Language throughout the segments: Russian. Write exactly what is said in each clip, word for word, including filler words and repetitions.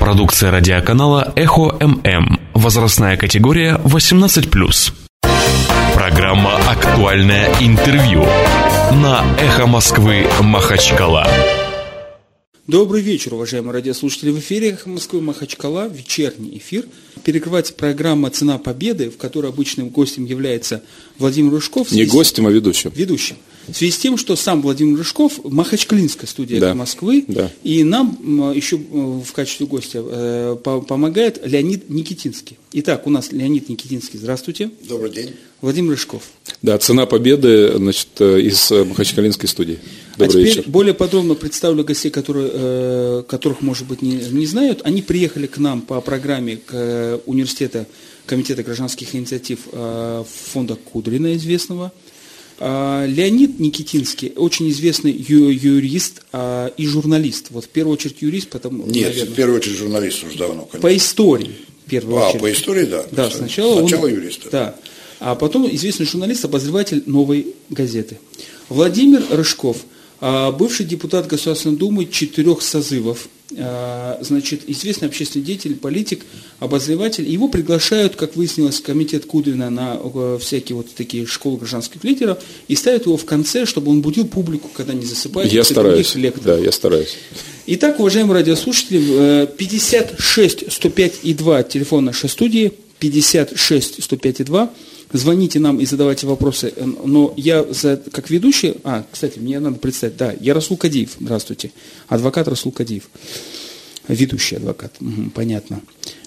Продукция радиоканала «Эхо ММ». Возрастная категория восемнадцать плюс. Программа «Актуальное интервью» на «Эхо Москвы» Махачкала. Добрый вечер, уважаемые радиослушатели. В эфире «Эхо Москвы» Махачкала, вечерний эфир. Перекрывается программа «Цена победы», в которой обычным гостем является Владимир Рыжков. Не гостем, а ведущим. Ведущим. В связи с тем, что сам Владимир Рыжков, махачкалинская студия да. Москвы, да. и нам еще в качестве гостя э, помогает Леонид Никитинский. Итак, у нас Леонид Никитинский. Здравствуйте. Добрый день. Владимир Рыжков. Да, «Цена победы», значит, из махачкалинской студии. Добрый а теперь вечер. Более подробно представлю гостей, которые, э, которых, может быть, не, не знают. Они приехали к нам по программе к, э, университета Комитета гражданских инициатив э, фонда Кудрина, известного. Э, Леонид Никитинский, очень известный ю, юрист э, и журналист. Вот в первую очередь юрист, потому Нет, наверное, в первую очередь журналист уже давно. Конечно. По истории, в первую а, очередь. по истории, да. Да, сначала, сначала он, юрист. Да. А потом известный журналист, обозреватель «Новой газеты». Владимир Рыжков, бывший депутат Государственной Думы четырех созывов, значит, известный общественный деятель, политик, обозреватель. Его приглашают, как выяснилось, в комитет Кудрина на всякие вот такие школы гражданских лидеров и ставят его в конце, чтобы он будил публику, когда не засыпает. Я стараюсь, да, я стараюсь. Итак, уважаемые радиослушатели, пятьдесят шесть сто пять и два, телефон нашей студии, пятьдесят шесть сто пять и два. Звоните нам и задавайте вопросы. Но я за, как ведущий... А, кстати, мне надо представить. Да, я Расул Кадиев. Здравствуйте. Адвокат Расул Кадиев. Ведущий адвокат. Угу, понятно.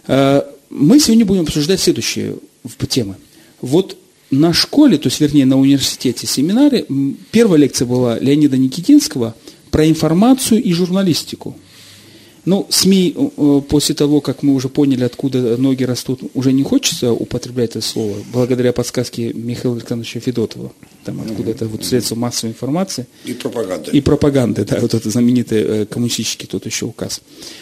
Мы сегодня будем обсуждать следующие темы. Вот на школе, то есть, вернее, на университете семинаре, первая лекция была Леонида Никитинского про информацию и журналистику. Ну, СМИ, после того, как мы уже поняли, откуда ноги растут, уже не хочется употреблять это слово, благодаря подсказке Михаила Александровича Федотова, там откуда это вот средства массовой информации. И пропаганды. И пропаганды, да, вот это знаменитый коммунистический тот еще указ.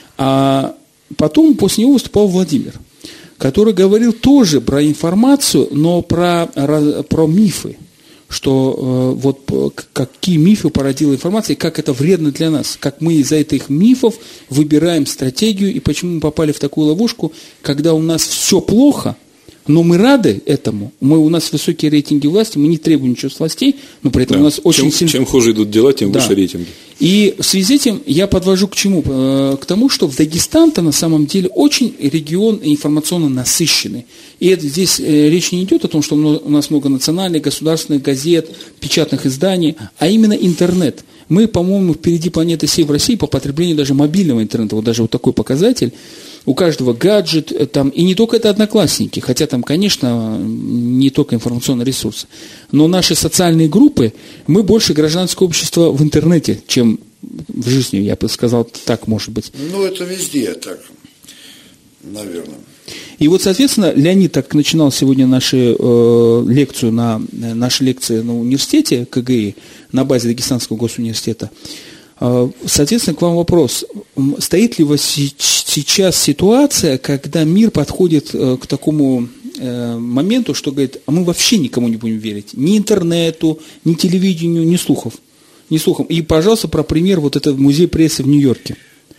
А потом после него выступал Владимир, который говорил тоже про информацию, но про, про мифы. Что э, вот какие мифы породила информация, и как это вредно для нас, как мы из-за этих мифов выбираем стратегию, и почему мы попали в такую ловушку, когда у нас все плохо, но мы рады этому, мы, у нас высокие рейтинги власти, мы не требуем ничего с властей, но при этом да. у нас очень чем, сильно... Чем хуже идут дела, тем да. выше рейтинги. И в связи с этим я подвожу к чему? К тому, что в Дагестан-то на самом деле очень регион информационно насыщенный. И это, здесь речь не идет о том, что у нас много национальных, государственных газет, печатных изданий, а именно интернет. Мы, по-моему, впереди планеты всей в России по потреблению даже мобильного интернета. Вот даже вот такой показатель. У каждого гаджет, там, и не только это одноклассники, хотя там, конечно, не только информационные ресурсы, но наши социальные группы, мы больше гражданское общество в интернете, чем в жизни, я бы сказал, так может быть. Ну, это везде так, наверное. И вот, соответственно, Леонид так начинал сегодня нашу э, лекцию на, наши лекции на университете КГИ, на базе Дагестанского госуниверситета. Соответственно, к вам вопрос. Стоит ли у вас сейчас ситуация, когда мир подходит к такому моменту, что говорит, а мы вообще никому не будем верить? Ни интернету, ни телевидению, ни слухов. Ни слухом. И, пожалуйста, про пример вот это музей прессы в Нью-Йорке.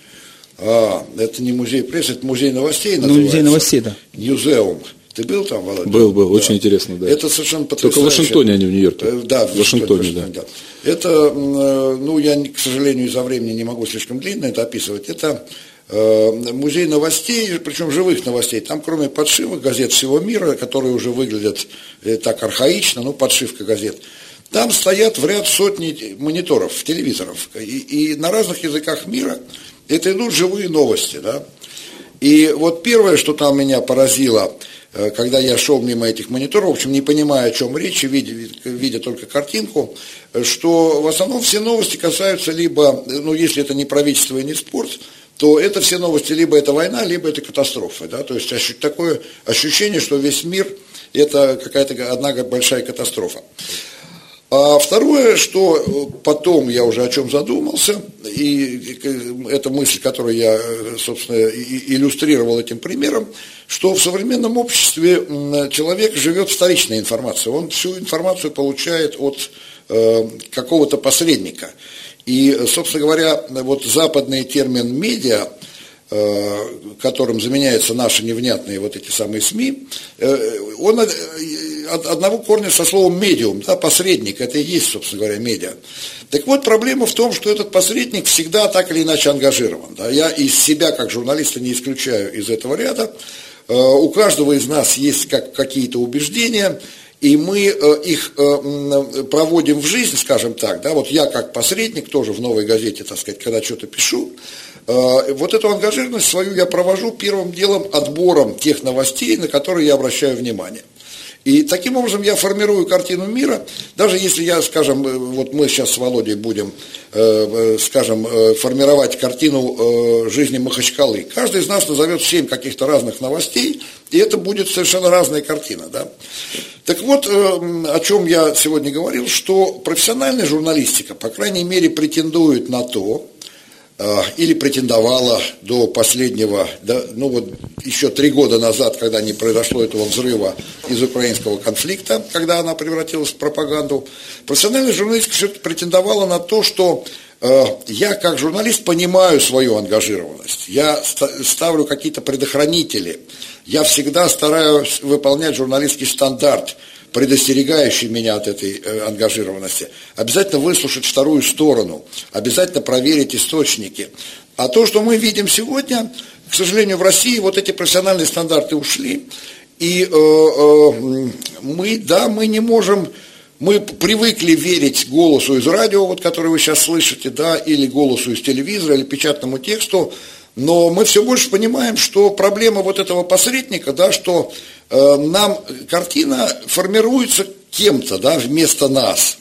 А, это не музей прессы, это музей новостей ну, называется. Музей новостей, да. Ньюзеум. Ты был там, Володя? Был, был, да. Очень интересно, да. Это совершенно потрясающе. Только в Вашингтоне, а не в Нью-Йорке. Да, в Вашингтоне, да. да. Это, ну, я, к сожалению, из-за времени не могу слишком длинно это описывать. Это э, музей новостей, причем живых новостей. Там, кроме подшивок газет всего мира, которые уже выглядят э, так архаично, ну, подшивка газет, там стоят в ряд сотни мониторов, телевизоров. И, и на разных языках мира это идут живые новости, да. И вот первое, что там меня поразило, когда я шел мимо этих мониторов, в общем, не понимая, о чем речь, видя, видя только картинку, что в основном все новости касаются либо, ну, если это не правительство и не спорт, то это все новости, либо это война, либо это катастрофа, да, то есть такое ощущение, что весь мир это какая-то одна большая катастрофа. А второе, что потом я уже о чем задумался, и это мысль, которую я, собственно, иллюстрировал этим примером, что в современном обществе человек живет вторичной информацией, он всю информацию получает от э, какого-то посредника. И, собственно говоря, вот западный термин «медиа», которым заменяются наши невнятные вот эти самые СМИ, он от одного корня со словом медиум, да, посредник, это и есть, собственно говоря, медиа. Так вот, проблема в том, что этот посредник всегда так или иначе ангажирован. Да. Я из себя, как журналиста, не исключаю из этого ряда. У каждого из нас есть как, какие-то убеждения, и мы их проводим в жизнь, скажем так. Да. Вот я как посредник тоже в «Новой газете», так сказать, когда что-то пишу, вот эту ангажированность свою я провожу первым делом отбором тех новостей, на которые я обращаю внимание. И таким образом я формирую картину мира, даже если я, скажем, вот мы сейчас с Володей будем, скажем, формировать картину жизни Махачкалы. Каждый из нас назовет семь каких-то разных новостей, и это будет совершенно разная картина. Да? Так вот, о чем я сегодня говорил, что профессиональная журналистика, по крайней мере, претендует на то, или претендовала до последнего, да, ну вот еще три года назад, когда не произошло этого взрыва из украинского конфликта, когда она превратилась в пропаганду, профессиональная журналистика все-таки претендовала на то, что э, я как журналист понимаю свою ангажированность, я ст- ставлю какие-то предохранители, я всегда стараюсь выполнять журналистский стандарт, предостерегающий меня от этой э, ангажированности, обязательно выслушать вторую сторону, обязательно проверить источники. А то, что мы видим сегодня, к сожалению, в России вот эти профессиональные стандарты ушли, и э, э, мы, да, мы не можем, мы привыкли верить голосу из радио, вот, который вы сейчас слышите, да, или голосу из телевизора, или печатному тексту, но мы все больше понимаем, что проблема вот этого посредника, да, что э, нам картина формируется кем-то, да, вместо нас.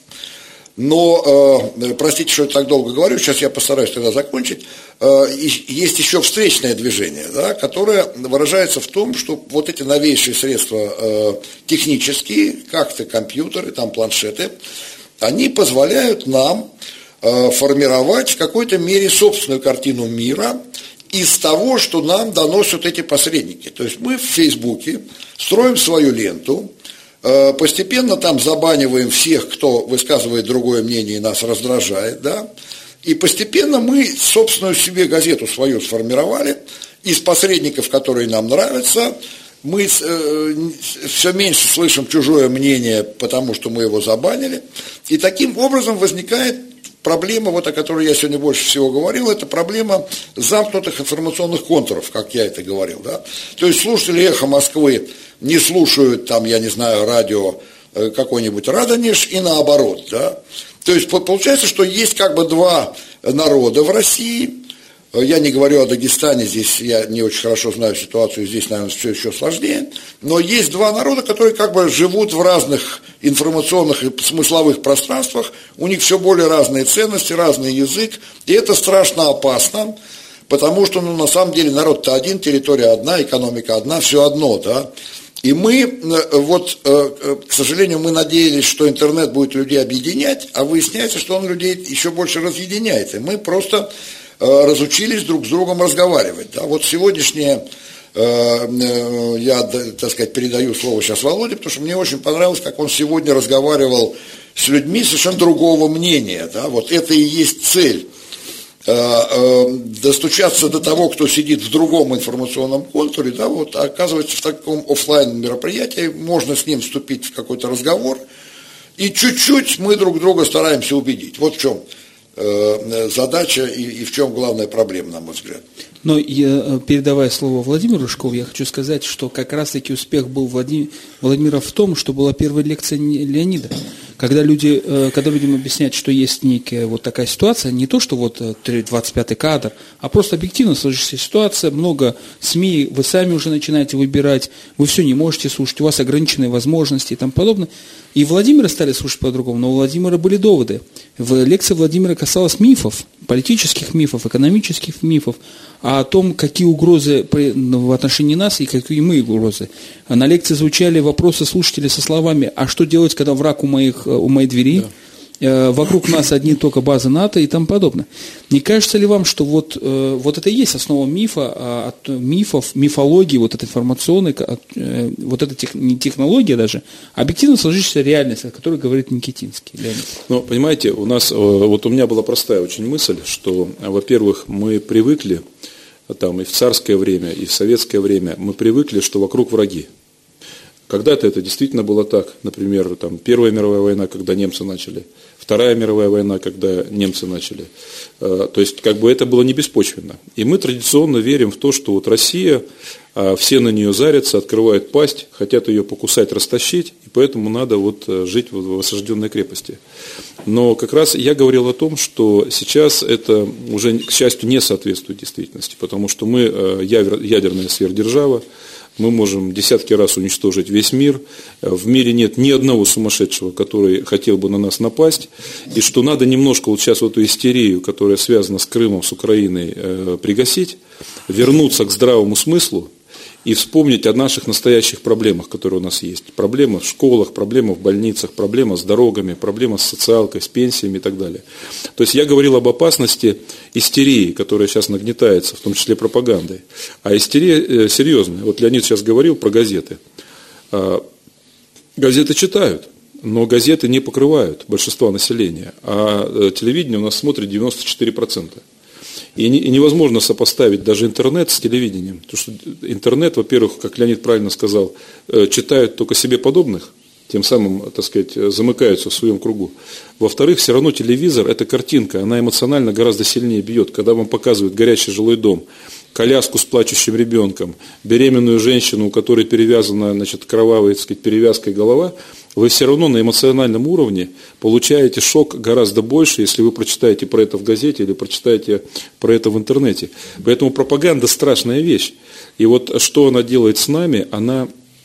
Но, э, простите, что я так долго говорю, сейчас я постараюсь тогда закончить, э, есть еще встречное движение, да, которое выражается в том, что вот эти новейшие средства э, технические, как-то компьютеры, там планшеты, они позволяют нам э, формировать в какой-то мере собственную картину мира, из того, что нам доносят эти посредники. То есть мы в Фейсбуке строим свою ленту, постепенно там забаниваем всех, кто высказывает другое мнение и нас раздражает, да, и постепенно мы собственную себе газету свою сформировали, из посредников, которые нам нравятся, мы э, все меньше слышим чужое мнение, потому что мы его забанили, и таким образом возникает проблема, вот о которой я сегодня больше всего говорил, это проблема замкнутых информационных контуров, как я это говорил. Да? То есть слушатели «Эхо Москвы» не слушают, там, я не знаю, радио какой-нибудь «Радонеж» и наоборот. Да? То есть получается, что есть как бы два народа в России. Я не говорю о Дагестане, здесь я не очень хорошо знаю ситуацию, здесь, наверное, все еще сложнее. Но есть два народа, которые как бы живут в разных информационных и смысловых пространствах, у них все более разные ценности, разный язык, и это страшно опасно, потому что, ну, на самом деле, народ-то один, территория одна, экономика одна, все одно, да. И мы, вот, к сожалению, мы надеялись, что интернет будет людей объединять, а выясняется, что он людей еще больше разъединяет, и мы просто разучились друг с другом разговаривать. Да. Вот сегодняшнее, э, я, так сказать, передаю слово сейчас Володе, потому что мне очень понравилось, как он сегодня разговаривал с людьми совершенно другого мнения. Да. Вот это и есть цель. Э, э, достучаться до того, кто сидит в другом информационном контуре, да, вот, оказывается, в таком офлайн мероприятии можно с ним вступить в какой-то разговор, и чуть-чуть мы друг друга стараемся убедить. Вот в чем задача и, и в чем главная проблема, на мой взгляд. Но я, передавая слово Владимиру Рыжкову, я хочу сказать, что как раз-таки успех был Владимир, Владимира в том, что была первая лекция Леонида. Когда, люди, когда людям объяснять, что есть некая вот такая ситуация, не то, что вот двадцать пятый кадр, а просто объективно сложившаяся ситуация, много СМИ, вы сами уже начинаете выбирать, вы все не можете слушать, у вас ограниченные возможности и тому подобное. И Владимира стали слушать по-другому, но у Владимира были доводы. В лекции Владимира касалась мифов, политических мифов, экономических мифов, а о том, какие угрозы в отношении нас и какие мы угрозы. На лекции звучали вопросы слушателей со словами: а что делать, когда враг у, моих, у моей двери? Да. Вокруг нас одни только базы НАТО и тому подобное. Не кажется ли вам, что вот, вот это и есть основа мифа, от мифов, мифологии, вот этой информационной, вот эта тех, не технология даже, а объективно сложившаяся реальность, о которой говорит Никитинский, Леонид? Ну, понимаете, у нас, вот у меня была простая очень мысль, что, во-первых, мы привыкли там и в царское время, и в советское время, мы привыкли, что вокруг враги. Когда-то это действительно было так. Например, там, Первая мировая война, когда немцы начали, Вторая мировая война, когда немцы начали. То есть, как бы это было не беспочвенно. И мы традиционно верим в то, что вот Россия, все на нее зарятся, открывают пасть, хотят ее покусать, растащить, и поэтому надо вот жить в осажденной крепости. Но как раз я говорил о том, что сейчас это уже, к счастью, не соответствует действительности, потому что мы ядерная сверхдержава, мы можем десятки раз уничтожить весь мир. В мире нет ни одного сумасшедшего, который хотел бы на нас напасть. И что надо немножко вот сейчас вот эту истерию, которая связана с Крымом, с Украиной, пригасить, вернуться к здравому смыслу и вспомнить о наших настоящих проблемах, которые у нас есть. Проблемы в школах, проблемы в больницах, проблемы с дорогами, проблемы с социалкой, с пенсиями и так далее. То есть я говорил об опасности истерии, которая сейчас нагнетается, в том числе пропагандой. А истерия серьезная. Вот Леонид сейчас говорил про газеты. Газеты читают, но газеты не покрывают большинство населения. А телевидение у нас смотрит девяносто четыре процента. И невозможно сопоставить даже интернет с телевидением. Потому что интернет, во-первых, как Леонид правильно сказал, читают только себе подобных, тем самым, так сказать, замыкаются в своем кругу. Во-вторых, все равно телевизор – это картинка, она эмоционально гораздо сильнее бьет. Когда вам показывают горящий жилой дом, коляску с плачущим ребенком, беременную женщину, у которой перевязана, значит, кровавой, так сказать, перевязкой голова, вы все равно на эмоциональном уровне получаете шок гораздо больше, если вы прочитаете про это в газете или прочитаете про это в интернете. Поэтому пропаганда – страшная вещь. И вот что она делает с нами, она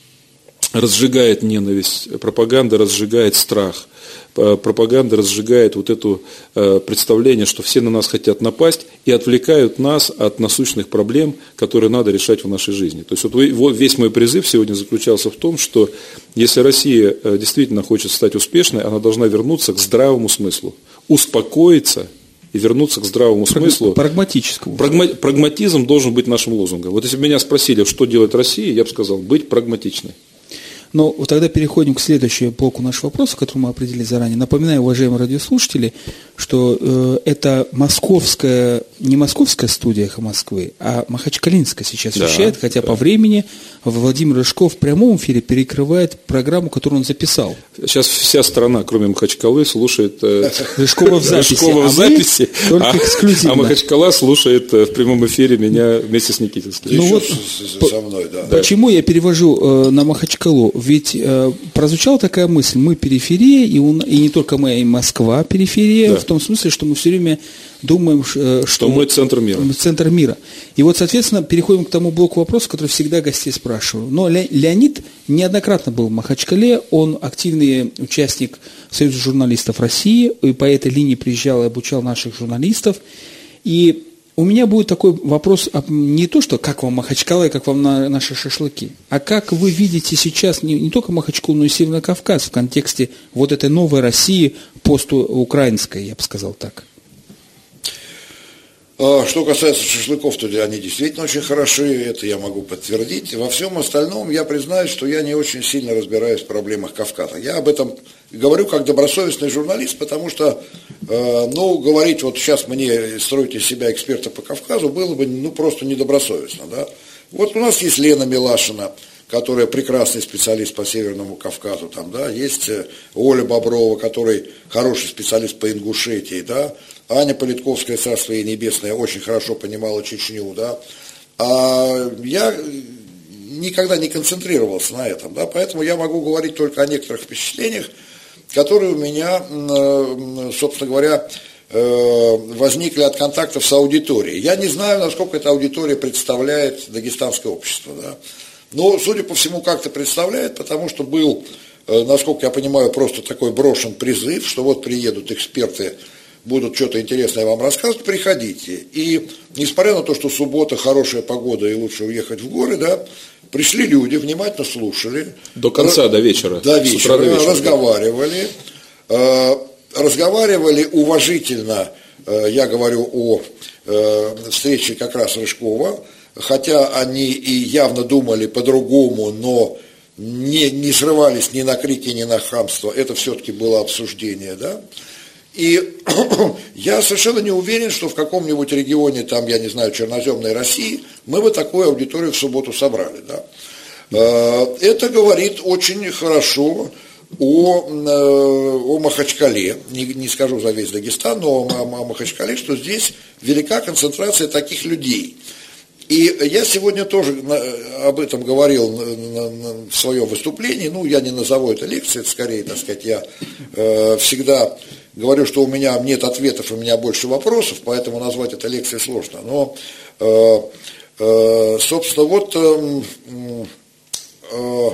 разжигает ненависть, пропаганда разжигает страх. Пропаганда разжигает вот это представление, что все на нас хотят напасть и отвлекают нас от насущных проблем, которые надо решать в нашей жизни. То есть вот весь мой призыв сегодня заключался в том, что если Россия действительно хочет стать успешной, она должна вернуться к здравому смыслу, успокоиться и вернуться к здравому смыслу. Прагматическому. Прагма- прагматизм должен быть нашим лозунгом. Вот если бы меня спросили, что делает Россия, я бы сказал, быть прагматичной. Но вот тогда переходим к следующему блоку наших вопросов, который мы определили заранее. Напоминаю, уважаемые радиослушатели, что э, это московская, не московская студия «Эхо Москвы», а махачкалинская сейчас да, вещает, хотя да. по времени Владимир Рыжков в прямом эфире перекрывает программу, которую он записал. Сейчас вся страна, кроме Махачкалы, слушает э, Рыжкова в записи, Рыжкова в а записи только а, эксклюзивно. А Махачкала слушает в прямом эфире меня вместе с Никитинским. Ну вот, со мной, да. Почему я перевожу э, на Махачкалу? Ведь э, прозвучала такая мысль, мы периферия, и, у, и не только мы, и Москва периферия, да. в том смысле, что мы все время думаем, что, что мы центр мира. центр мира. И вот, соответственно, переходим к тому блоку вопросов, который всегда гостей спрашиваю. Но Ле, Леонид неоднократно был в Махачкале, он активный участник Союза журналистов России, и по этой линии приезжал и обучал наших журналистов. И у меня будет такой вопрос, не то, что как вам Махачкала и как вам на, наши шашлыки, а как вы видите сейчас не, не только Махачкалу, но и Северный Кавказ в контексте вот этой новой России, постукраинской, я бы сказал так. Что касается шашлыков, то они действительно очень хороши, это я могу подтвердить. Во всем остальном я признаюсь, что я не очень сильно разбираюсь в проблемах Кавказа. Я об этом говорю как добросовестный журналист, потому что, ну, говорить вот сейчас мне строить из себя эксперта по Кавказу было бы, ну, просто недобросовестно, да. Вот у нас есть Лена Милашина, которая прекрасный специалист по Северному Кавказу, там, да, есть Оля Боброва, который хороший специалист по Ингушетии, да, Аня Политковская, царство ей небесное, очень хорошо понимала Чечню, да, а я никогда не концентрировался на этом, да, поэтому я могу говорить только о некоторых впечатлениях, которые у меня, собственно говоря, возникли от контактов с аудиторией. Я не знаю, насколько эта аудитория представляет дагестанское общество, да, но, судя по всему, как-то представляет, потому что был, насколько я понимаю, просто такой брошен призыв, что вот приедут эксперты, будут что-то интересное вам рассказывать, приходите. И несмотря на то, что суббота, хорошая погода и лучше уехать в горы, да, пришли люди, внимательно слушали. До конца, р- до вечера. До вечера, до вечера разговаривали. Э, разговаривали уважительно, э, я говорю о э, встрече как раз Рыжкова, хотя они и явно думали по-другому, но не, не срывались ни на крики, ни на хамство. Это все-таки было обсуждение, да. И я совершенно не уверен, что в каком-нибудь регионе, там, я не знаю, черноземной России, мы бы такую аудиторию в субботу собрали. Да? Это говорит очень хорошо о, о Махачкале, не, не скажу за весь Дагестан, но о, о Махачкале, что здесь велика концентрация таких людей. И я сегодня тоже об этом говорил в своем выступлении, ну, я не назову это лекцией, это скорее, так сказать, я э, всегда говорю, что у меня нет ответов, у меня больше вопросов, поэтому назвать это лекцией сложно. Но, э, э, собственно, вот э, э,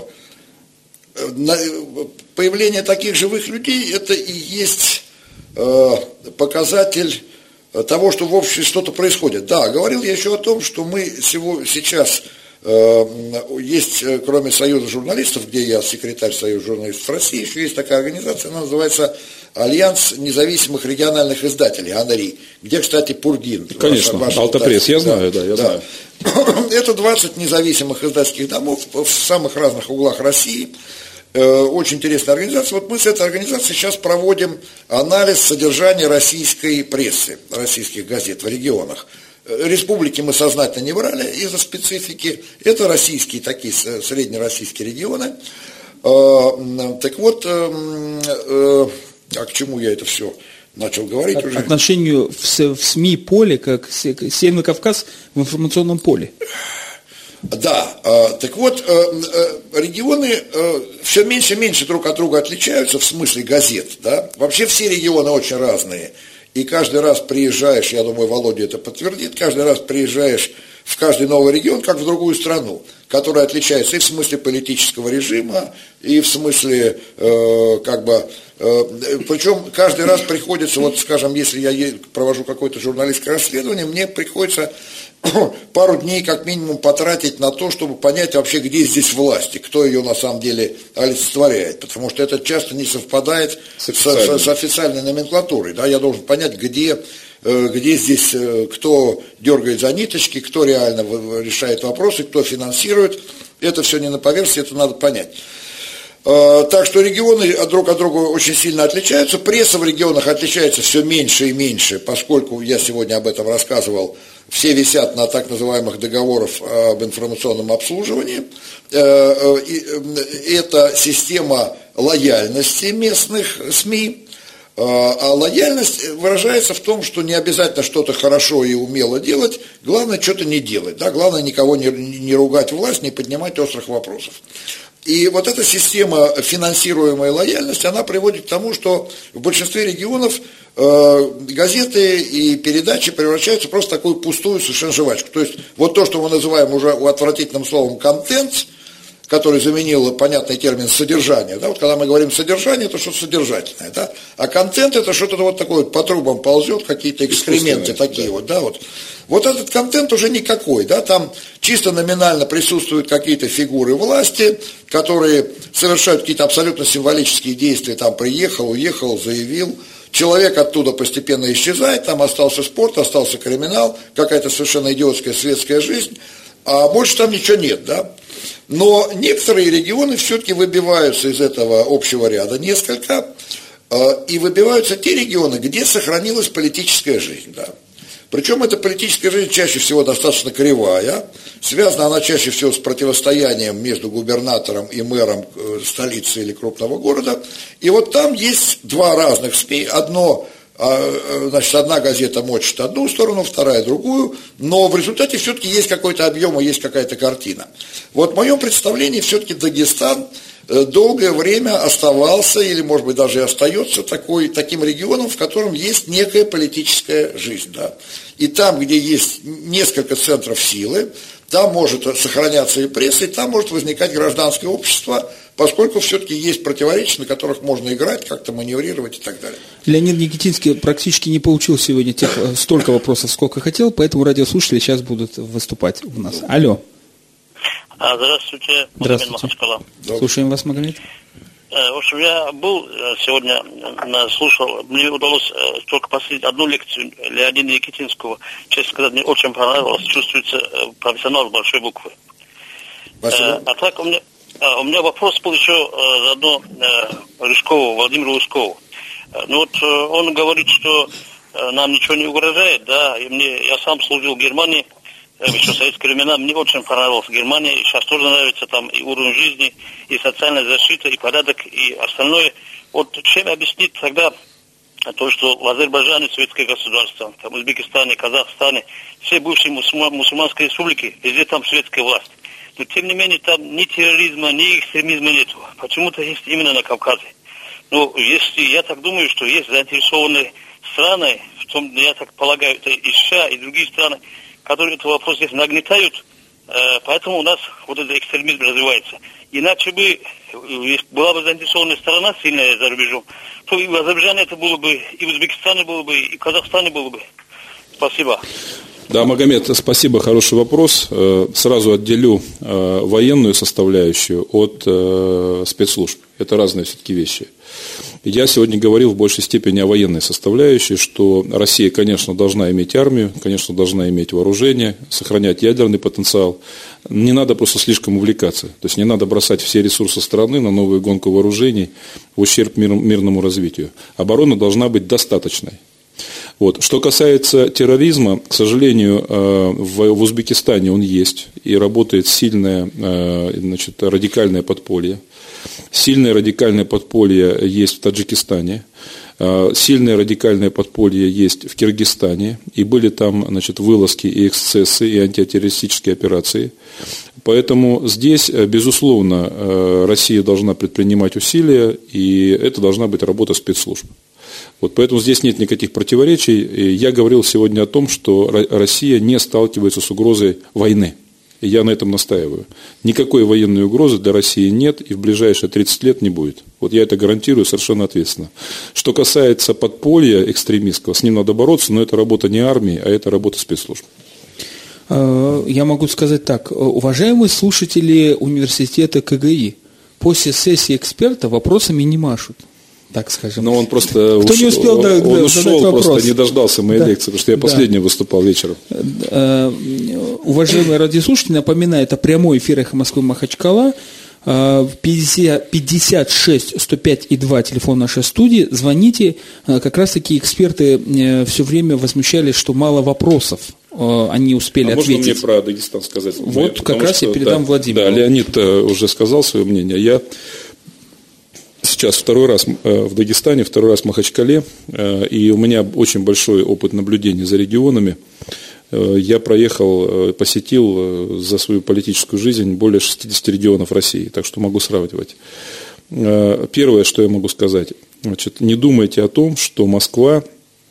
появление таких живых людей, это и есть э, показатель того, что в обществе что-то происходит. Да, говорил я еще о том, что мы сейчас, э, есть, кроме Союза журналистов, где я секретарь Союза журналистов России, еще есть такая организация, она называется Альянс независимых региональных издателей, АНРИ, где, кстати, Пургин. Конечно, ваш, ваш Алтапресс, я знаю, да, я да. знаю. Это двадцать независимых издательских домов в самых разных углах России. Очень интересная организация. Вот мы с этой организацией сейчас проводим анализ содержания российской прессы, российских газет в регионах. Республики мы сознательно не брали из-за специфики. Это российские, такие среднероссийские регионы. Так вот, а к чему я это все начал говорить От, уже? Отношению в, в СМИ поле, как Северный Кавказ в информационном поле. Да, так вот, регионы все меньше и меньше друг от друга отличаются в смысле газет, да, вообще все регионы очень разные, и каждый раз приезжаешь, я думаю, Володя это подтвердит, каждый раз приезжаешь в каждый новый регион, как в другую страну, которая отличается и в смысле политического режима, и в смысле, э, как бы, э, причем каждый раз приходится, вот, скажем, если я провожу какое-то журналистское расследование, мне приходится пару дней как минимум потратить на то, чтобы понять вообще, где здесь власть, и кто ее на самом деле олицетворяет, потому что это часто не совпадает с, с, с официальной номенклатурой, да, я должен понять, где... где здесь кто дергает за ниточки, кто реально решает вопросы, кто финансирует. Это все не на поверхности, это надо понять. Так что регионы друг от друга очень сильно отличаются. Пресса в регионах отличается все меньше и меньше, поскольку, я сегодня об этом рассказывал, все висят на так называемых договорах об информационном обслуживании. Это система лояльности местных СМИ. А лояльность выражается в том, что не обязательно что-то хорошо и умело делать, главное что-то не делать, да? Главное никого не, не ругать власть, не поднимать острых вопросов. И вот эта система финансируемой лояльности, она приводит к тому, что в большинстве регионов э, газеты и передачи превращаются просто в такую пустую совершенно жвачку. То есть вот то, что мы называем уже отвратительным словом контент, который заменил понятный термин содержание. Да? Вот когда мы говорим содержание, это что-то содержательное. Да? А контент это что-то вот такое вот по трубам ползет, какие-то экскременты такие да. вот. Да, вот. Вот этот контент уже никакой. Да? Там чисто номинально присутствуют какие-то фигуры власти, которые совершают какие-то абсолютно символические действия. Там приехал, уехал, заявил. Человек оттуда постепенно исчезает, там остался спорт, остался криминал, какая-то совершенно идиотская светская жизнь. А больше там ничего нет, да? Но некоторые регионы все-таки выбиваются из этого общего ряда, несколько, и выбиваются те регионы, где сохранилась политическая жизнь, да. Причем эта политическая жизнь чаще всего достаточно кривая, связана она чаще всего с противостоянием между губернатором и мэром столицы или крупного города, и вот там есть два разных СМИ, одно... Значит, одна газета мочит одну сторону, вторая другую, но в результате все-таки есть какой-то объем и есть какая-то картина. Вот в моем представлении все-таки Дагестан долгое время оставался, или может быть даже и остается такой, таким регионом, в котором есть некая политическая жизнь. Да? И там, где есть несколько центров силы, там может сохраняться и пресса, и там может возникать гражданское общество, поскольку все-таки есть противоречия, на которых можно играть, как-то маневрировать и так далее. Леонид Никитинский практически не получил сегодня тех, столько вопросов, сколько хотел, поэтому радиослушатели сейчас будут выступать у нас. Алло. Здравствуйте. Здравствуйте. Слушаем вас, Магомед. В общем, я был сегодня, слушал, мне удалось только последить одну лекцию Леонида Никитинского. Честно сказать, мне очень понравилось, чувствуется профессионал с большой буквы. Спасибо. А так у меня, у меня вопрос был еще заодно Рыжкову, Владимиру Рыжкову. Ну вот он говорит, что нам ничего не угрожает, да, и мне, я сам служил в Германии, еще в советские времена, мне очень понравилась Германия, и сейчас тоже нравится там и уровень жизни, и социальная защита, и порядок, и остальное. Вот чем объяснить тогда то, что в Азербайджане советское государство, там, в Узбекистане, Казахстане, все бывшие мусульман, мусульманские республики, везде там советская власть. Но тем не менее там ни терроризма, ни экстремизма нету. Почему-то есть именно на Кавказе. Ну, если, я так думаю, что есть заинтересованные страны, в том, я так полагаю, это и США, и другие страны, которые этот вопрос здесь нагнетают, э, поэтому у нас вот этот экстремизм развивается. Иначе бы, если была бы заинтересованная сторона сильная за рубежом, то и в Азербайджане это было бы, и в Узбекистане было бы, и в Казахстане было бы. Спасибо. Да, Магомед, спасибо, хороший вопрос. Сразу отделю военную составляющую от спецслужб. Это разные все-таки вещи. Я сегодня говорил в большей степени о военной составляющей, что Россия, конечно, должна иметь армию, конечно, должна иметь вооружение, сохранять ядерный потенциал. Не надо просто слишком увлекаться. То есть не надо бросать все ресурсы страны на новую гонку вооружений в ущерб мир, мирному развитию. Оборона должна быть достаточной. Вот. Что касается терроризма, к сожалению, в, в Узбекистане он есть, и работает сильное, значит, радикальное подполье. Сильное радикальное подполье есть в Таджикистане, сильное радикальное подполье есть в Киргизстане, и были там, значит, вылазки и эксцессы, и антитеррористические операции. Поэтому здесь, безусловно, Россия должна предпринимать усилия, и это должна быть работа спецслужб. Вот поэтому здесь нет никаких противоречий. Я говорил сегодня о том, что Россия не сталкивается с угрозой войны. И я на этом настаиваю. Никакой военной угрозы для России нет и в ближайшие тридцать лет не будет. Вот я это гарантирую совершенно ответственно. Что касается подполья экстремистского, с ним надо бороться, но это работа не армии, а это работа спецслужб. Я могу сказать так. Уважаемые слушатели университета КГИ, после сессии эксперта вопросами не машут. Так скажем. Но он просто Кто уш... не успел он, да, он ушел, вопрос. Просто не дождался моей да. лекции, потому что я последний да. выступал вечером. Уважаемые радиослушатели, напоминаю, это прямой эфир «Эхо Москвы» Махачкала. пятьдесят шесть сто пять и два телефон нашей студии. Звоните. Как раз таки эксперты все время возмущались, что мало вопросов они успели а ответить. Можно мне про Дагестан сказать? Вот как Потому раз что, я передам да, Владимиру. Да, Леонид уже сказал свое мнение. Я сейчас второй раз в Дагестане, второй раз в Махачкале, и у меня очень большой опыт наблюдения за регионами. Я проехал, посетил за свою политическую жизнь более шестидесяти регионов России, так что могу сравнивать. Первое, что я могу сказать, значит, не думайте о том, что Москва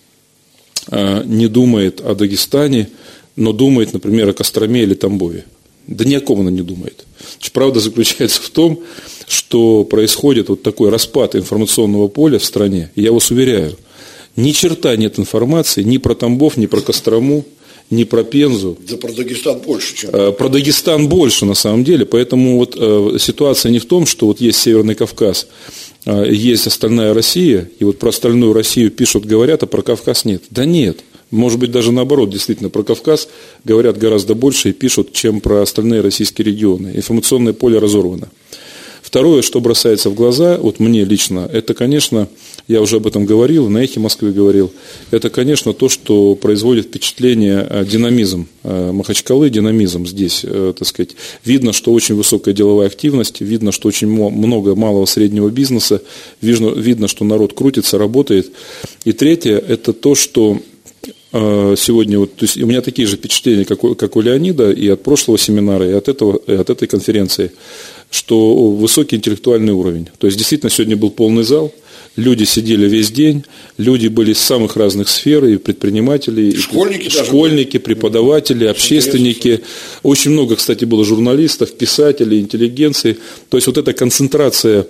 не думает о Дагестане, но думает, например, о Костроме или Тамбове. Да ни о ком она не думает. Значит, правда заключается в том, что происходит вот такой распад информационного поля в стране. И я вас уверяю, ни черта нет информации ни про Тамбов, ни про Кострому, ни про Пензу. Да про Дагестан больше, чем... Про Дагестан больше, на самом деле. Поэтому вот э, ситуация не в том, что вот есть Северный Кавказ, э, есть остальная Россия, и вот про остальную Россию пишут, говорят, а про Кавказ нет. Да нет. Может быть, даже наоборот, действительно, про Кавказ говорят гораздо больше и пишут, чем про остальные российские регионы. Информационное поле разорвано. Второе, что бросается в глаза, вот мне лично, это, конечно, я уже об этом говорил, на «Эхе Москвы» говорил, это, конечно, то, что производит впечатление динамизм Махачкалы, динамизм здесь, так сказать. Видно, что очень высокая деловая активность, видно, что очень много малого среднего бизнеса, видно, видно, что народ крутится, работает. И третье, это то, что сегодня, вот, то есть у меня такие же впечатления, как у, как у Леонида, и от прошлого семинара, и от, этого, и от этой конференции, что высокий интеллектуальный уровень. То есть действительно сегодня был полный зал, люди сидели весь день, люди были из самых разных сфер, и предприниматели, и школьники, и школьники преподаватели, общественники. Очень много, кстати, было журналистов, писателей, интеллигенции. То есть вот эта концентрация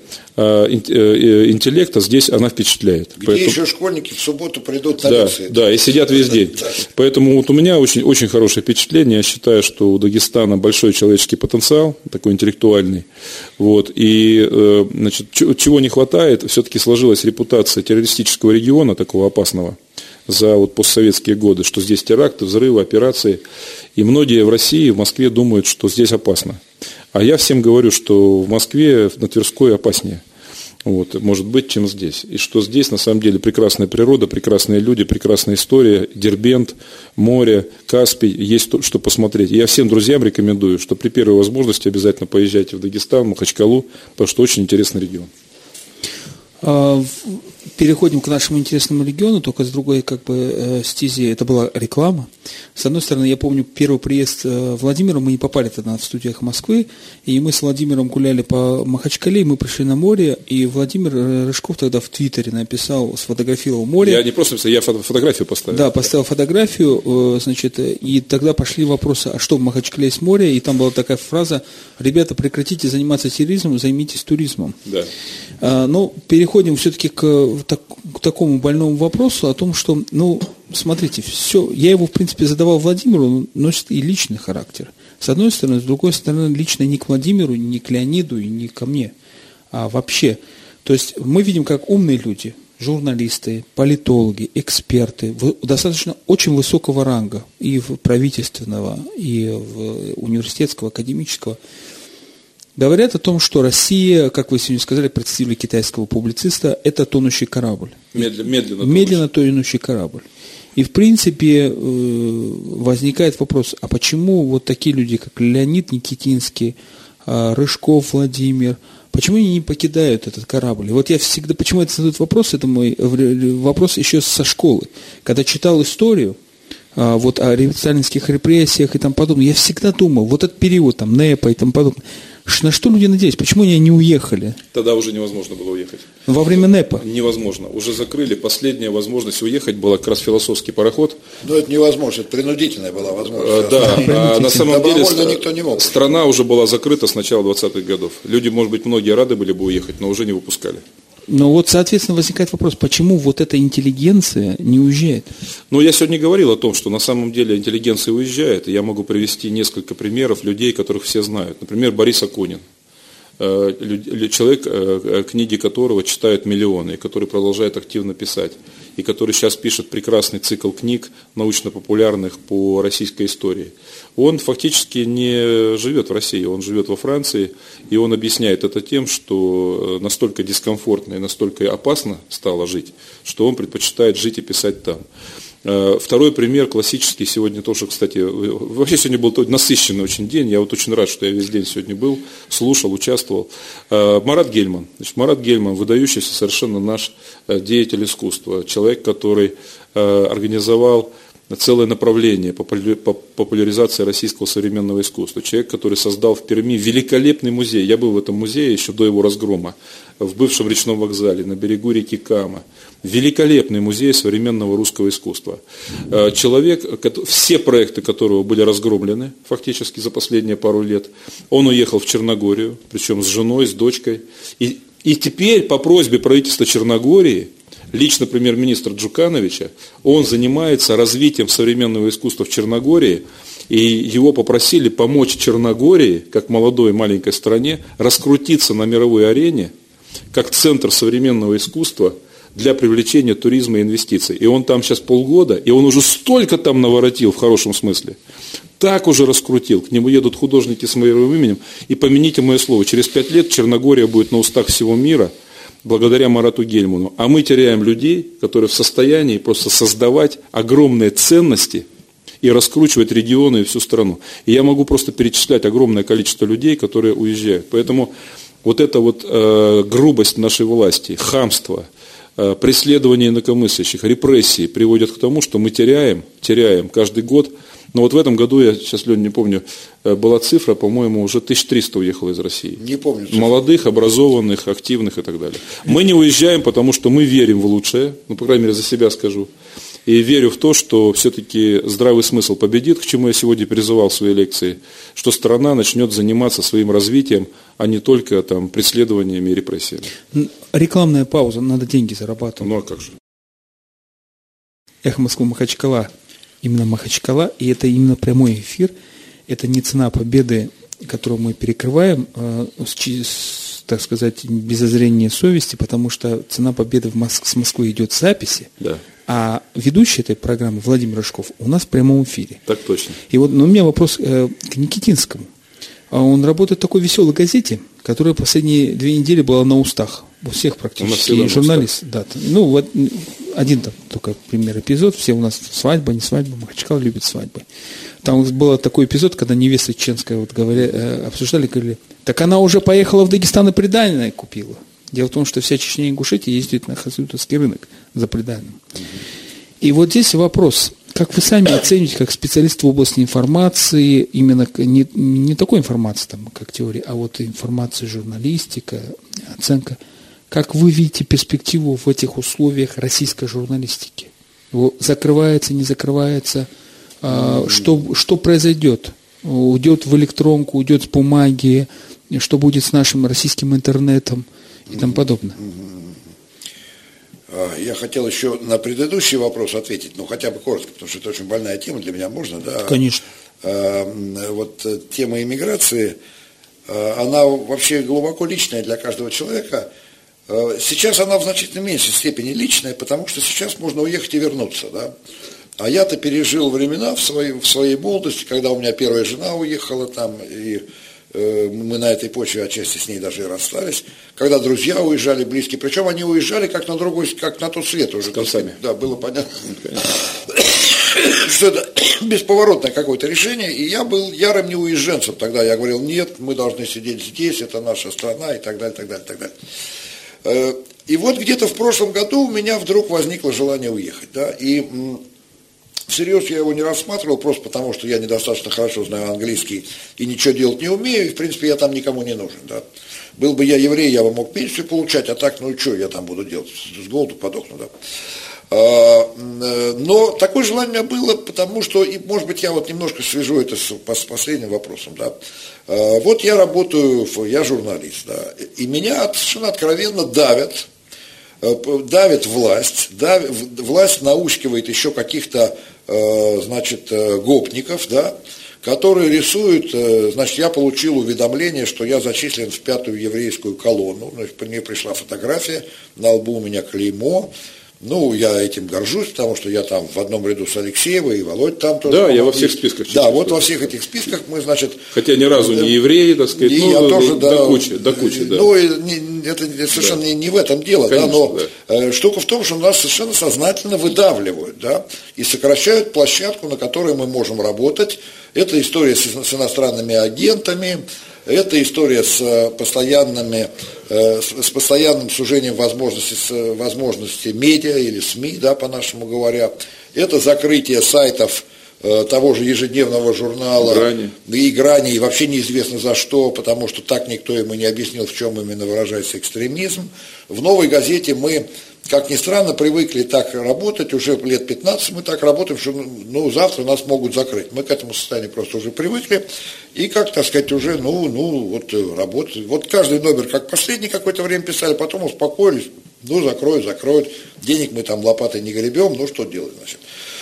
интеллекта здесь, она впечатляет. Где Поэтому... еще школьники в субботу придут на да, лекции? Да, и сидят весь день. Да. Поэтому вот у меня очень, очень хорошее впечатление. Я считаю, что у Дагестана большой человеческий потенциал, такой интеллектуальный. Вот. И значит, чего не хватает, все-таки сложилась репутация террористического региона, такого опасного, за вот постсоветские годы, что здесь теракты, взрывы, операции. И многие в России, в Москве думают, что здесь опасно. А я всем говорю, что в Москве, на Тверской опаснее. вот, может быть, чем здесь. И что здесь на самом деле прекрасная природа, прекрасные люди, прекрасная история, Дербент, море, Каспий, есть то, что посмотреть. И я всем друзьям рекомендую, что при первой возможности обязательно поезжайте в Дагестан, Махачкалу, потому что очень интересный регион. Переходим к нашему интересному региону, только с другой как бы стези. Это была реклама. С одной стороны, я помню первый приезд Владимира, мы не попали тогда в студию «Эхо Москвы», и мы с Владимиром гуляли по Махачкале, мы пришли на море, и Владимир Рыжков тогда в Твиттере написал, сфотографировал море. Я не просто написал, я фото- фотографию поставил. Да, поставил фотографию, значит, и тогда пошли вопросы, а что в Махачкале есть море, и там была такая фраза: ребята, прекратите заниматься терроризмом, займитесь туризмом. Да. Но переходим все-таки к, так, к такому больному вопросу о том, что, ну, смотрите, все, я его, в принципе, задавал Владимиру, он носит и личный характер. С одной стороны, с другой стороны, лично не к Владимиру, не к Леониду и не ко мне, а вообще. То есть мы видим, как умные люди, журналисты, политологи, эксперты, достаточно очень высокого ранга, и в правительственного, и в университетского, академического, говорят о том, что Россия, как вы сегодня сказали, представили китайского публициста, это тонущий корабль. Медленно, медленно, медленно тонущий корабль. И, в принципе, возникает вопрос, а почему вот такие люди, как Леонид Никитинский, Рыжков Владимир, почему они не покидают этот корабль? И вот я всегда, почему это задают вопрос, это мой вопрос еще со школы. Когда читал историю, вот о сталинских репрессиях и тому подобное, я всегда думал, вот этот период, там, НЭПа и тому подобное, на что люди надеялись? Почему они не уехали? Тогда уже невозможно было уехать. Во время НЭПа? Невозможно. Уже закрыли. Последняя возможность уехать была как раз философский пароход. Но это невозможно. Это принудительная была возможность. А, да, а на самом деле никто не мог. Страна уже была закрыта с начала двадцатых годов. Люди, может быть, многие рады были бы уехать, но уже не выпускали. Но вот, соответственно, возникает вопрос, почему вот эта интеллигенция не уезжает? Ну, я сегодня говорил о том, что на самом деле интеллигенция уезжает, и я могу привести несколько примеров людей, которых все знают. Например, Борис Акунин, человек, книги которого читают миллионы, и который продолжает активно писать, и который сейчас пишет прекрасный цикл книг научно-популярных по российской истории. Он фактически не живет в России, он живет во Франции, и он объясняет это тем, что настолько дискомфортно и настолько опасно стало жить, что он предпочитает жить и писать там. Второй пример классический, сегодня тоже, кстати, вообще сегодня был насыщенный очень день, я вот очень рад, что я весь день сегодня был, слушал, участвовал. Марат Гельман. Значит, Марат Гельман, выдающийся совершенно наш деятель искусства, человек, который организовал целое направление по популяризации российского современного искусства. Человек, который создал в Перми великолепный музей. Я был в этом музее еще до его разгрома, в бывшем речном вокзале, на берегу реки Кама. Великолепный музей современного русского искусства. Человек, все проекты которого были разгромлены фактически за последние пару лет. Он уехал в Черногорию, причем с женой, с дочкой. И, и теперь по просьбе правительства Черногории, лично премьер-министра Джукановича, он занимается развитием современного искусства в Черногории, и его попросили помочь Черногории, как молодой маленькой стране, раскрутиться на мировой арене, как центр современного искусства для привлечения туризма и инвестиций. И он там сейчас полгода, и он уже столько там наворотил, в хорошем смысле, так уже раскрутил, к нему едут художники с моим именем, и помяните мое слово, через пять лет Черногория будет на устах всего мира, благодаря Марату Гельману. А мы теряем людей, которые в состоянии просто создавать огромные ценности и раскручивать регионы и всю страну. И я могу просто перечислять огромное количество людей, которые уезжают. Поэтому вот эта вот э, грубость нашей власти, хамство, э, преследование инакомыслящих, репрессии приводят к тому, что мы теряем, теряем каждый год. Но вот в этом году, я сейчас, Лень, не помню, была цифра, по-моему, уже тысяча триста уехало из России. Не помню. Цифру. Молодых, образованных, активных и так далее. Мы не уезжаем, потому что мы верим в лучшее, ну, по крайней мере, за себя скажу. И верю в то, что все-таки здравый смысл победит, к чему я сегодня призывал в своей лекции, что страна начнет заниматься своим развитием, а не только там, преследованиями и репрессиями. Рекламная пауза, надо деньги зарабатывать. Ну а как же? Эхо Москвы, Махачкала. Именно Махачкала, и это именно прямой эфир, это не цена победы, которую мы перекрываем, э, с, так сказать, без зазрения совести, потому что цена победы в Моск- с Москвы идет в записи, да. А ведущий этой программы Владимир Рыжков у нас в прямом эфире. Так точно. И вот, но у меня вопрос э, к Никитинскому. Он работает в такой веселой газете, которая последние две недели была на устах. У всех практически журналистов. Да, ну, вот один там только пример эпизод. Все у нас свадьба, не свадьба. Махачкала любит свадьбы. Там был такой эпизод, когда невеста чеченская вот, говоря, обсуждали, говорили, так она уже поехала в Дагестан и приданое купила. Дело в том, что вся Чечня и Ингушетия ездит на хасидовский рынок за приданым. И вот здесь вопрос. Как вы сами оцените, как специалист в области информации, именно не, не такой информации, там, как теория, а вот информация, журналистика, оценка, как вы видите перспективу в этих условиях российской журналистики? Закрывается, не закрывается? Что, что произойдет? Уйдет в электронку, уйдет с бумаги, что будет с нашим российским интернетом и тому подобное? Я хотел еще на предыдущий вопрос ответить, ну хотя бы коротко, потому что это очень больная тема для меня, можно, да? Конечно. Вот тема иммиграции, она вообще глубоко личная для каждого человека. Сейчас она в значительно меньшей степени личная, потому что сейчас можно уехать и вернуться, да? А я-то пережил времена в своей, в своей молодости, когда у меня первая жена уехала там, и мы на этой почве отчасти с ней даже и расстались, когда друзья уезжали, близкие, причем они уезжали как на другой, как на тот свет уже. С концами. Да, было понятно, что это бесповоротное какое-то решение, и я был ярым неуезженцем тогда, я говорил, нет, мы должны сидеть здесь, это наша страна, и так далее, так далее, так далее. И вот где-то в прошлом году у меня вдруг возникло желание уехать, да, и всерьез я его не рассматривал, просто потому, что я недостаточно хорошо знаю английский и ничего делать не умею, и, в принципе, я там никому не нужен, да. Был бы я еврей, я бы мог пенсию получать, а так, ну, что я там буду делать, с голоду подохну, да. Но такое желание у меня было, потому что, и, может быть, я вот немножко свяжу это с последним вопросом, да. Вот я работаю, я журналист, да, и меня совершенно откровенно давят, давит власть, давит, власть наускивает еще каких-то, значит, гопников, да, которые рисуют, значит, я получил уведомление, что я зачислен в пятую еврейскую колонну, значит, мне пришла фотография, на лбу у меня клеймо. Ну, я этим горжусь, потому что я там в одном ряду с Алексеевой, и Володь там тоже. Да, помогли. Я во всех списках. Да, вот списках. Во всех этих списках мы, значит... Хотя ни разу не евреи, так сказать, и ну, я тоже, до, да, до кучи, до кучи, да. Ну, не, это совершенно да. не, не в этом дело, конечно, да, но да. штука в том, что нас совершенно сознательно выдавливают, да, и сокращают площадку, на которой мы можем работать. Это история с, с иностранными агентами, это история с постоянными, с постоянным сужением возможностей, с возможностей медиа или СМИ, да, по-нашему говоря. Это закрытие сайтов того же ежедневного журнала «Грани». И «Грани», и вообще неизвестно за что, потому что так никто ему не объяснил, в чем именно выражается экстремизм. В «Новой газете» мы, как ни странно, привыкли так работать, уже лет пятнадцать мы так работаем, что ну, завтра нас могут закрыть. Мы к этому состоянию просто уже привыкли, и, как так сказать, уже, ну, ну, вот работать. Вот каждый номер, как последний какое-то время писали, потом успокоились, ну, закроют, закроют, денег мы там лопатой не гребем, ну, что делать, значит.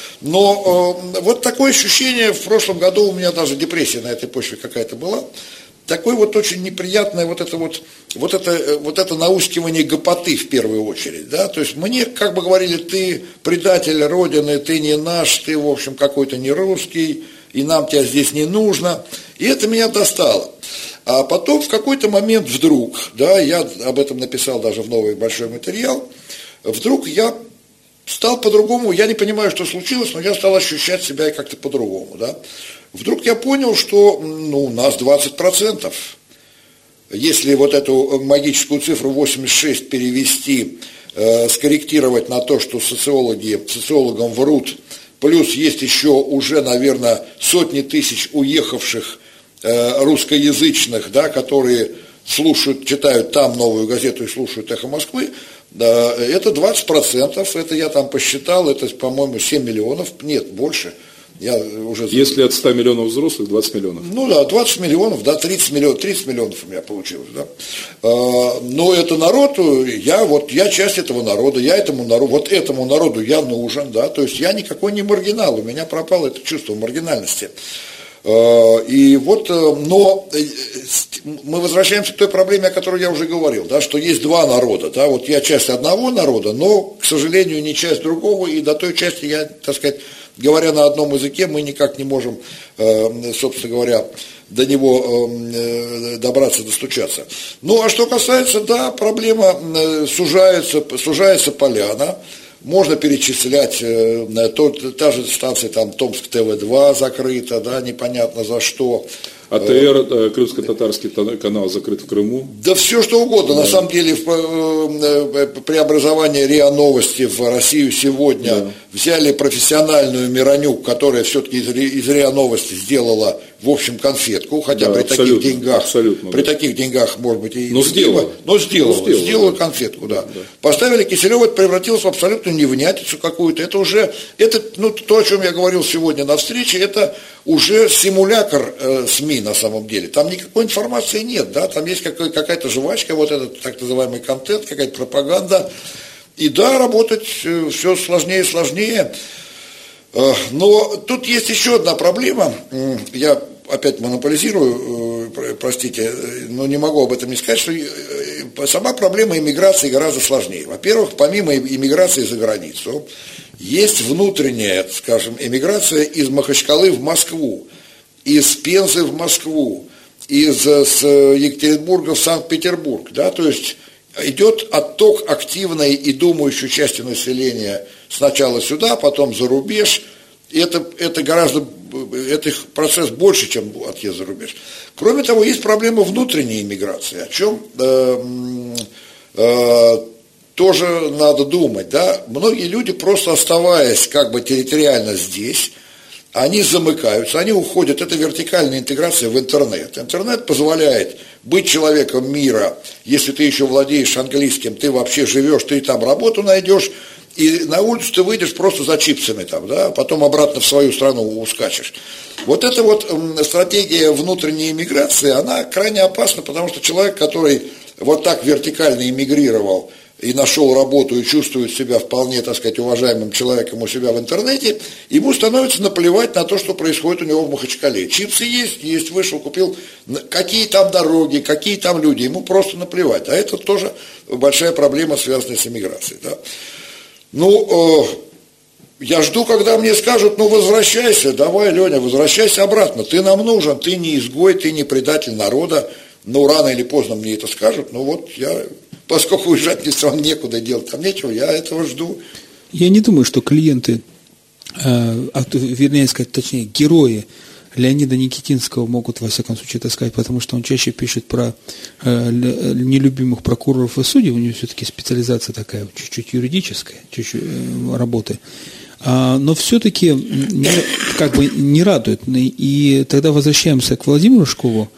Но э, вот такое ощущение, в прошлом году у меня даже депрессия на этой почве какая-то была, такое вот очень неприятное вот это вот, вот это, вот это наускивание гопоты в первую очередь, да, то есть мне как бы говорили, ты предатель Родины, ты не наш, ты, в общем, какой-то не русский, и нам тебя здесь не нужно, и это меня достало. А потом в какой-то момент вдруг, да, я об этом написал даже в новый большой материал, вдруг я стал по-другому, я не понимаю, что случилось, но я стал ощущать себя как-то по-другому, да. Вдруг я понял, что ну, у нас двадцать процентов. Если вот эту магическую цифру восемьдесят шесть перевести, э, скорректировать на то, что социологи, социологам врут, плюс есть еще уже, наверное, сотни тысяч уехавших э, русскоязычных, да, которые слушают, читают там «Новую газету» и слушают «Эхо Москвы», да, это двадцать процентов, это я там посчитал, это, по-моему, семь миллионов, нет, больше. Я уже... Если от ста миллионов взрослых, двадцать миллионов. Ну да, двадцать миллионов, да, тридцать миллионов, тридцать миллионов у меня получилось, да. А, но это народ, я вот, я часть этого народа, я этому народу, вот этому народу я нужен, да, то есть я никакой не маргинал, у меня пропало это чувство маргинальности. И вот, но мы возвращаемся к той проблеме, о которой я уже говорил, да, что есть два народа, да, вот я часть одного народа, но, к сожалению, не часть другого, и до той части я, так сказать, говоря на одном языке, мы никак не можем, собственно говоря, до него добраться, достучаться. Ну, а что касается, да, проблема сужается, сужается поляна. Можно перечислять, то, та же станция, там, Томск ТВ два закрыта, да, непонятно за что. АТР, крымско-татарский канал, закрыт в Крыму. Да все что угодно. Да. На самом деле, преобразование РИА Новости в Россию сегодня, да, взяли профессиональную Миронюк, которая все-таки из, из РИА Новости сделала, в общем, конфетку, хотя, да, при таких деньгах, при да. таких деньгах, может быть, и но сделала, но сделала, но сделала, сделала да. конфетку, да. да. Поставили Киселева, это превратилось в абсолютно невнятицу какую-то. Это уже, это, ну, то, о чем я говорил сегодня на встрече, это уже симулятор э, СМИ на самом деле. Там никакой информации нет, да, там есть какой, какая-то жвачка, вот этот так называемый контент, какая-то пропаганда. И да, работать э, все сложнее и сложнее. Э, но тут есть еще одна проблема. Я опять монополизирую, э, простите, но не могу об этом не сказать, что э, сама проблема иммиграции гораздо сложнее. Во-первых, помимо иммиграции за границу, есть внутренняя, скажем, эмиграция из Махачкалы в Москву, из Пензы в Москву, из с Екатеринбурга в Санкт-Петербург, да, то есть идет отток активной и думающей части населения сначала сюда, потом за рубеж. Это, это гораздо, это процесс больше, чем отъезд за рубеж. Кроме того, есть проблема внутренней иммиграции, о чем э, э, тоже надо думать, да. Многие люди, просто оставаясь как бы территориально здесь, они замыкаются, они уходят, это вертикальная интеграция в интернет. Интернет позволяет быть человеком мира, если ты еще владеешь английским, ты вообще живешь, ты там работу найдешь, и на улицу ты выйдешь просто за чипсами там, да, потом обратно в свою страну ускачешь. Вот эта вот стратегия внутренней иммиграции, она крайне опасна, потому что человек, который вот так вертикально эмигрировал и нашел работу и чувствует себя вполне, так сказать, уважаемым человеком у себя в интернете, ему становится наплевать на то, что происходит у него в Махачкале. Чипсы есть, есть, вышел, купил, какие там дороги, какие там люди, ему просто наплевать. А это тоже большая проблема, связанная с иммиграцией. Да. Ну, э, я жду, когда мне скажут, ну, возвращайся, давай, Леня, возвращайся обратно, ты нам нужен, ты не изгой, ты не предатель народа, ну, рано или поздно мне это скажут, ну, вот я, поскольку уезжать мне все равно некуда, делать там нечего, я этого жду. Я не думаю, что клиенты, э, вернее сказать, точнее, герои Леонида Никитинского могут, во всяком случае, это сказать, потому что он чаще пишет про э, нелюбимых прокуроров и судей, у него все-таки специализация такая, чуть-чуть юридическая, чуть-чуть э, работы, а, но все-таки не, как бы не радует. И тогда возвращаемся к Владимиру Рыжкову.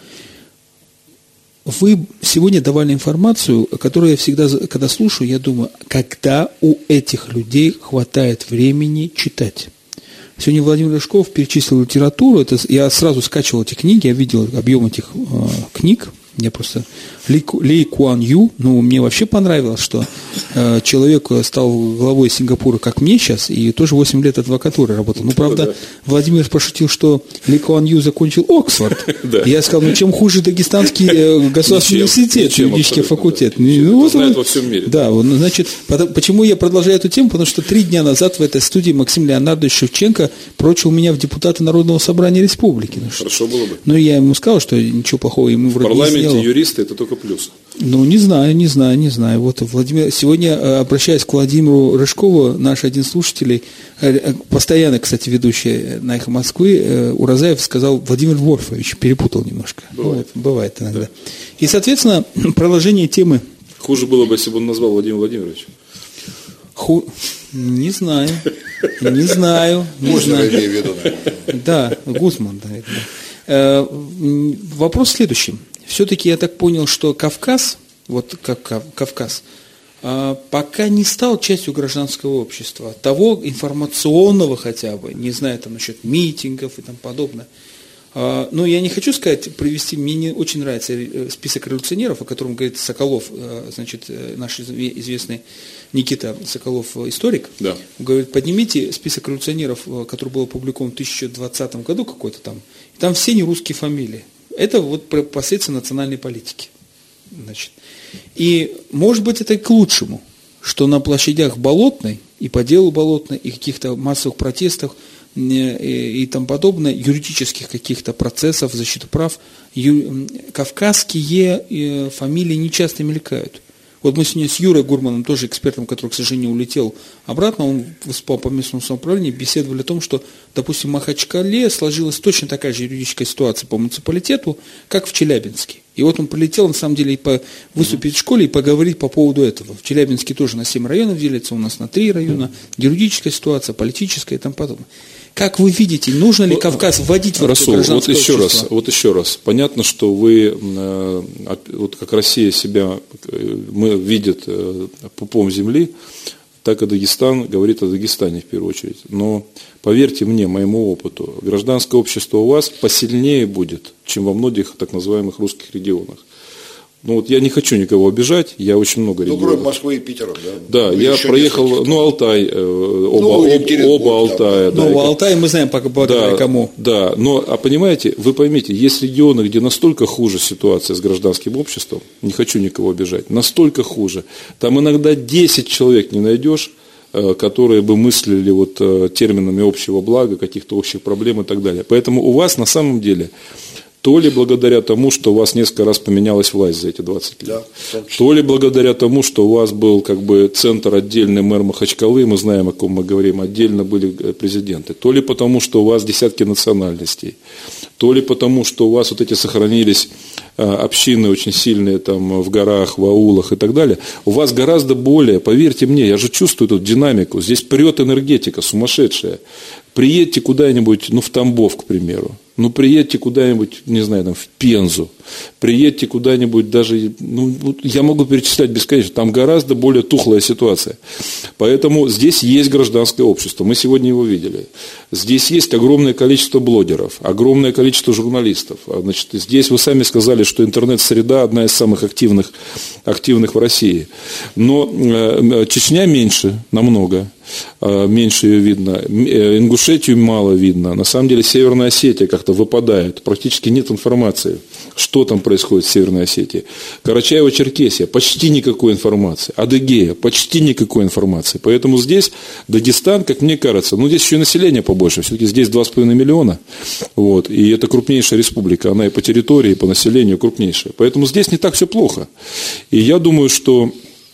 Вы сегодня давали информацию, которую я всегда, когда слушаю, я думаю, когда у этих людей хватает времени читать. Сегодня Владимир Рыжков перечислил литературу, это, я сразу скачивал эти книги, я видел объем этих э, книг, я просто... Ли, Ли Куан Ю, ну, мне вообще понравилось, что э, человек стал главой Сингапура, как мне сейчас, и тоже восемь лет адвокатурой работал. Ну, правда, да, да. Владимир пошутил, что Ли Куан Ю закончил Оксфорд. Да. Я сказал, ну, чем хуже дагестанский э, государственный университет, юридический факультет. Да. Ну, вот, знает во всем мире. Да, вот, значит, почему я продолжаю эту тему? Потому что три дня назад в этой студии Максим Леонардович Шевченко прочил меня в депутаты Народного собрания республики. Ну, хорошо было бы. Ну, я ему сказал, что ничего плохого ему вроде не сделал. В парламенте юристы – это только плюс. Ну, не знаю, не знаю, не знаю. Вот Владимир, сегодня, обращаясь к Владимиру Рыжкову, наш один слушатель, постоянно, кстати, ведущий на «Эхо Москвы, Уразаев сказал Владимир Вольфович, перепутал немножко. Бывает, ну, вот, бывает иногда. Да. И, соответственно, продолжение темы. Хуже было бы, если бы он назвал Владимира Владимировича. Ху... Не знаю, не знаю. Можно имею в виду. Да, Гузман, наверное. Вопрос следующий. Все-таки я так понял, что Кавказ, вот как Кавказ, пока не стал частью гражданского общества, того информационного хотя бы, не знаю, там насчет митингов и тому подобное. Но я не хочу сказать, привести, мне не очень нравится список революционеров, о котором говорит Соколов, значит, наш известный Никита Соколов, историк, да. Говорит, поднимите список революционеров, который был опубликован в тысяча девятьсот двадцатом году какой-то там, и там все не русские фамилии. Это вот последствия национальной политики. Значит. И, может быть, это и к лучшему, что на площадях Болотной и по делу Болотной, и каких-то массовых протестах и тому подобное, юридических каких-то процессов, защиты прав, ю, кавказские фамилии не часто мелькают. Вот мы сегодня с Юрой Гурманом, тоже экспертом, который, к сожалению, улетел обратно, он выступал по местному самоуправлению, беседовали о том, что, допустим, в Махачкале сложилась точно такая же юридическая ситуация по муниципалитету, как в Челябинске. И вот он полетел, на самом деле, и по, выступить в школе и поговорить по поводу этого. В Челябинске тоже на семь районов делится, у нас на три района. Юридическая ситуация, политическая и тому подобное. Как вы видите, нужно ли Кавказ вводить в Расул, гражданское вот еще общество? раз, вот еще раз. Понятно, что вы, вот как Россия себя мы видит пупом земли, так и Дагестан говорит о Дагестане в первую очередь. Но поверьте мне, моему опыту, гражданское общество у вас посильнее будет, чем во многих так называемых русских регионах. Ну вот я не хочу никого обижать, я очень много регионов. Ну, кроме Москвы и Питера, да. Да, Или я проехал, ну, Алтай, оба, ну, оба, оба Алтая. Да, ну, да, Алтай мы знаем, благодаря да, кому. Да, но, а понимаете, вы поймите, есть регионы, где настолько хуже ситуация с гражданским обществом, не хочу никого обижать, настолько хуже, там иногда десять человек не найдешь, которые бы мыслили вот терминами общего блага, каких-то общих проблем и так далее. Поэтому у вас на самом деле... То ли благодаря тому, что у вас несколько раз поменялась власть за эти двадцать лет, да, то ли благодаря тому, что у вас был как бы центр отдельный, мэр Махачкалы, мы знаем, о ком мы говорим, отдельно были президенты, то ли потому, что у вас десятки национальностей, то ли потому, что у вас вот эти сохранились общины очень сильные там в горах, в аулах и так далее, у вас гораздо более, поверьте мне, я же чувствую эту динамику, здесь прет энергетика сумасшедшая. Приедьте куда-нибудь, ну, в Тамбов, к примеру. Ну, приедьте куда-нибудь, не знаю, там, в Пензу. Приедьте куда-нибудь даже, ну, я могу перечислять бесконечно. Там гораздо более тухлая ситуация. Поэтому здесь есть гражданское общество. Мы сегодня его видели. Здесь есть огромное количество блогеров, огромное количество журналистов. Значит, здесь вы сами сказали, что интернет-среда одна из самых активных, активных в России. Но э, Чечня меньше, намного. Меньше ее видно, Ингушетию мало видно, на самом деле Северная Осетия как-то выпадает, практически нет информации, что там происходит в Северной Осетии. Карачаево-Черкесия, почти никакой информации, Адыгея, почти никакой информации, поэтому здесь Дагестан, как мне кажется, ну здесь еще и население побольше, все-таки здесь два с половиной миллиона, вот, и это крупнейшая республика, она и по территории, и по населению крупнейшая, поэтому здесь не так все плохо, и я думаю, что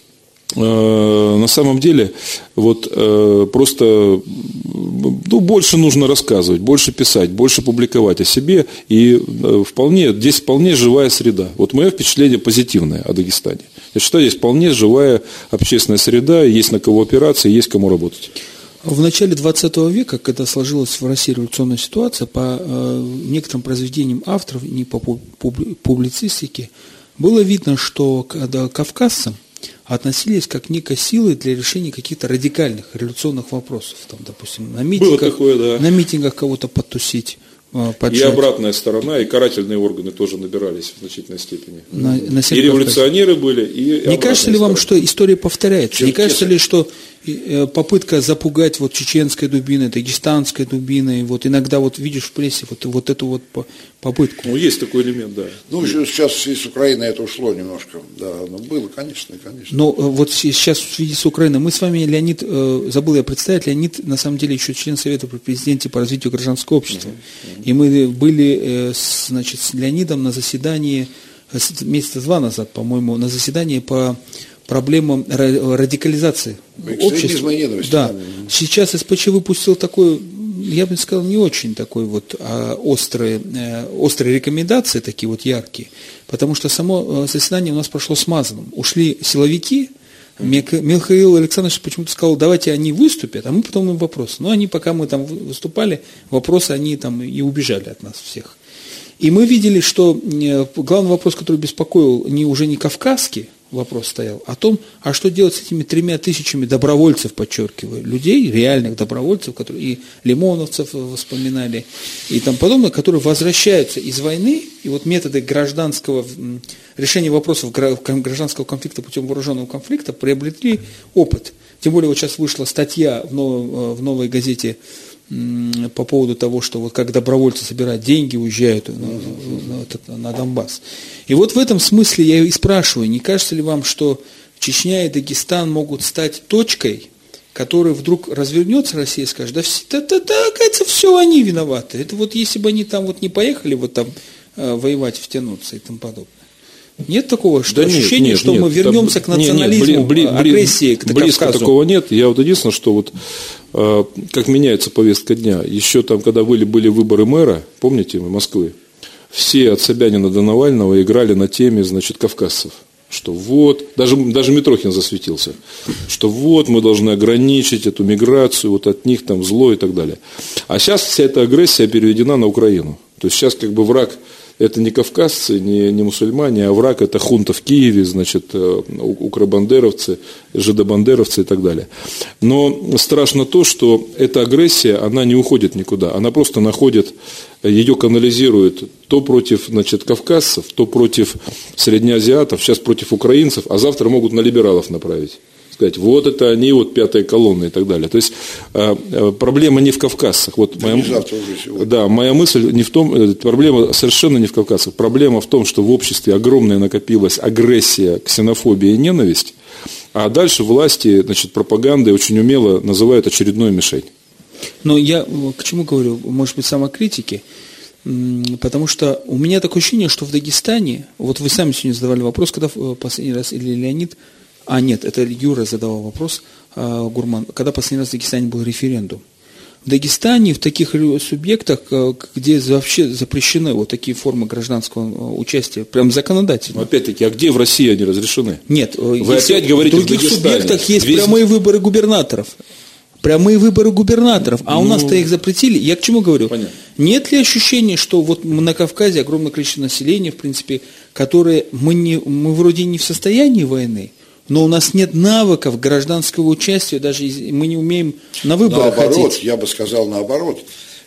на самом деле, вот просто ну, больше нужно рассказывать, больше писать, больше публиковать о себе, и вполне, здесь вполне живая среда. Вот мое впечатление позитивное о Дагестане. Я считаю, здесь вполне живая общественная среда, есть на кого опираться, есть кому работать. В начале двадцатого века, когда сложилась в России революционная ситуация, по э, некоторым произведениям авторов, не по публицистике, было видно, что когда кавказцам относились как некой силы для решения каких-то радикальных революционных вопросов. Там, допустим, на митингах, такое, да. на митингах кого-то подтусить, поджать. И обратная сторона, и карательные органы тоже набирались в значительной степени. На, на и революционеры были, и Не кажется ли вам, сторона. что история повторяется? Черкесы. Не кажется ли, что попытка запугать вот чеченской дубиной, дагестанской дубиной, вот иногда вот видишь в прессе вот, вот эту вот попытку? Ну, есть такой элемент, да. Ну, сейчас в связи с Украиной это ушло немножко, да, но было, конечно, конечно. Но вот сейчас в связи с Украиной, мы с вами, Леонид, забыл я представить, Леонид, на самом деле, еще член Совета при президенте по развитию гражданского общества. Uh-huh. И мы были, значит, с Леонидом на заседании, месяца два назад, по-моему, на заседании по проблемам радикализации общества. И ненависти. Да. Сейчас СПЧ выпустил такой, я бы сказал, не очень такой вот а, острые, э, острые рекомендации, такие вот яркие, потому что само заседание у нас прошло смазанным. Ушли силовики, Михаил Александрович почему-то сказал, давайте они выступят, а мы потом им вопросы. Но они, пока мы там выступали, вопросы они там и убежали от нас всех. И мы видели, что главный вопрос, который беспокоил, не, уже не кавказский вопрос стоял, о том, а что делать с этими тремя тысячами добровольцев, подчеркиваю, людей, реальных добровольцев, которые и лимоновцев вспоминали, и тому подобное, которые возвращаются из войны, и вот методы гражданского, решения вопросов гражданского конфликта путем вооруженного конфликта приобрели опыт. Тем более вот сейчас вышла статья в новой, в новой газете по поводу того, что вот как добровольцы собирают деньги, уезжают на, на, на Донбасс. И вот в этом смысле я и спрашиваю, не кажется ли вам, что Чечня и Дагестан могут стать точкой, который вдруг развернется, Россия скажет, да, да, да, да кажется, все они виноваты. Это вот если бы они там вот не поехали вот там э, воевать, втянуться и тому подобное. Нет такого, что да ощущение, нет, нет, что нет, мы вернемся там, к национализму, нет, нет, бли, бли, агрессии, к близко Кавказу? Такого нет. Я вот единственное, что вот э, как меняется повестка дня. Еще там, когда были, были выборы мэра, помните, Москвы, все от Собянина до Навального играли на теме, значит, кавказцев. Что вот, даже, даже Митрохин засветился, что вот мы должны ограничить эту миграцию, вот от них там зло и так далее. А сейчас вся эта агрессия переведена на Украину. То есть сейчас как бы враг это не кавказцы, не, не мусульмане, а враг это хунта в Киеве, значит, укробандеровцы, жидобандеровцы и так далее. Но страшно то, что эта агрессия, она не уходит никуда, она просто находит, ее канализирует то против, значит, кавказцев, то против среднеазиатов, сейчас против украинцев, а завтра могут на либералов направить. Сказать, вот это они, вот пятая колонна и так далее. То есть э, проблема не в кавказцах. Вот моя, да, моя мысль не в том, проблема совершенно не в кавказцах. Проблема в том, что в обществе огромная накопилась агрессия, ксенофобия и ненависть, а дальше власти, значит, пропагандой очень умело называют очередную мишень. Но я к чему говорю, может быть, самокритики, потому что у меня такое ощущение, что в Дагестане, вот вы сами сегодня задавали вопрос, когда последний раз, или Леонид, а нет, это Юра задавал вопрос, а, Гурман, когда последний раз в Дагестане был референдум. В Дагестане, в таких субъектах, где вообще запрещены вот такие формы гражданского участия, прям законодательно. Но опять-таки, а где в России они разрешены? Нет, вы опять говорите, в других субъектах есть Весь... прямые выборы губернаторов. Прямые выборы губернаторов, а ну, у нас-то их запретили. Я к чему говорю? Понятно. Нет ли ощущения, что вот на Кавказе огромное количество населения, в принципе, которые мы, не, мы вроде не в состоянии войны, но у нас нет навыков гражданского участия, даже мы не умеем на выборах ходить. Наоборот, я бы сказал наоборот,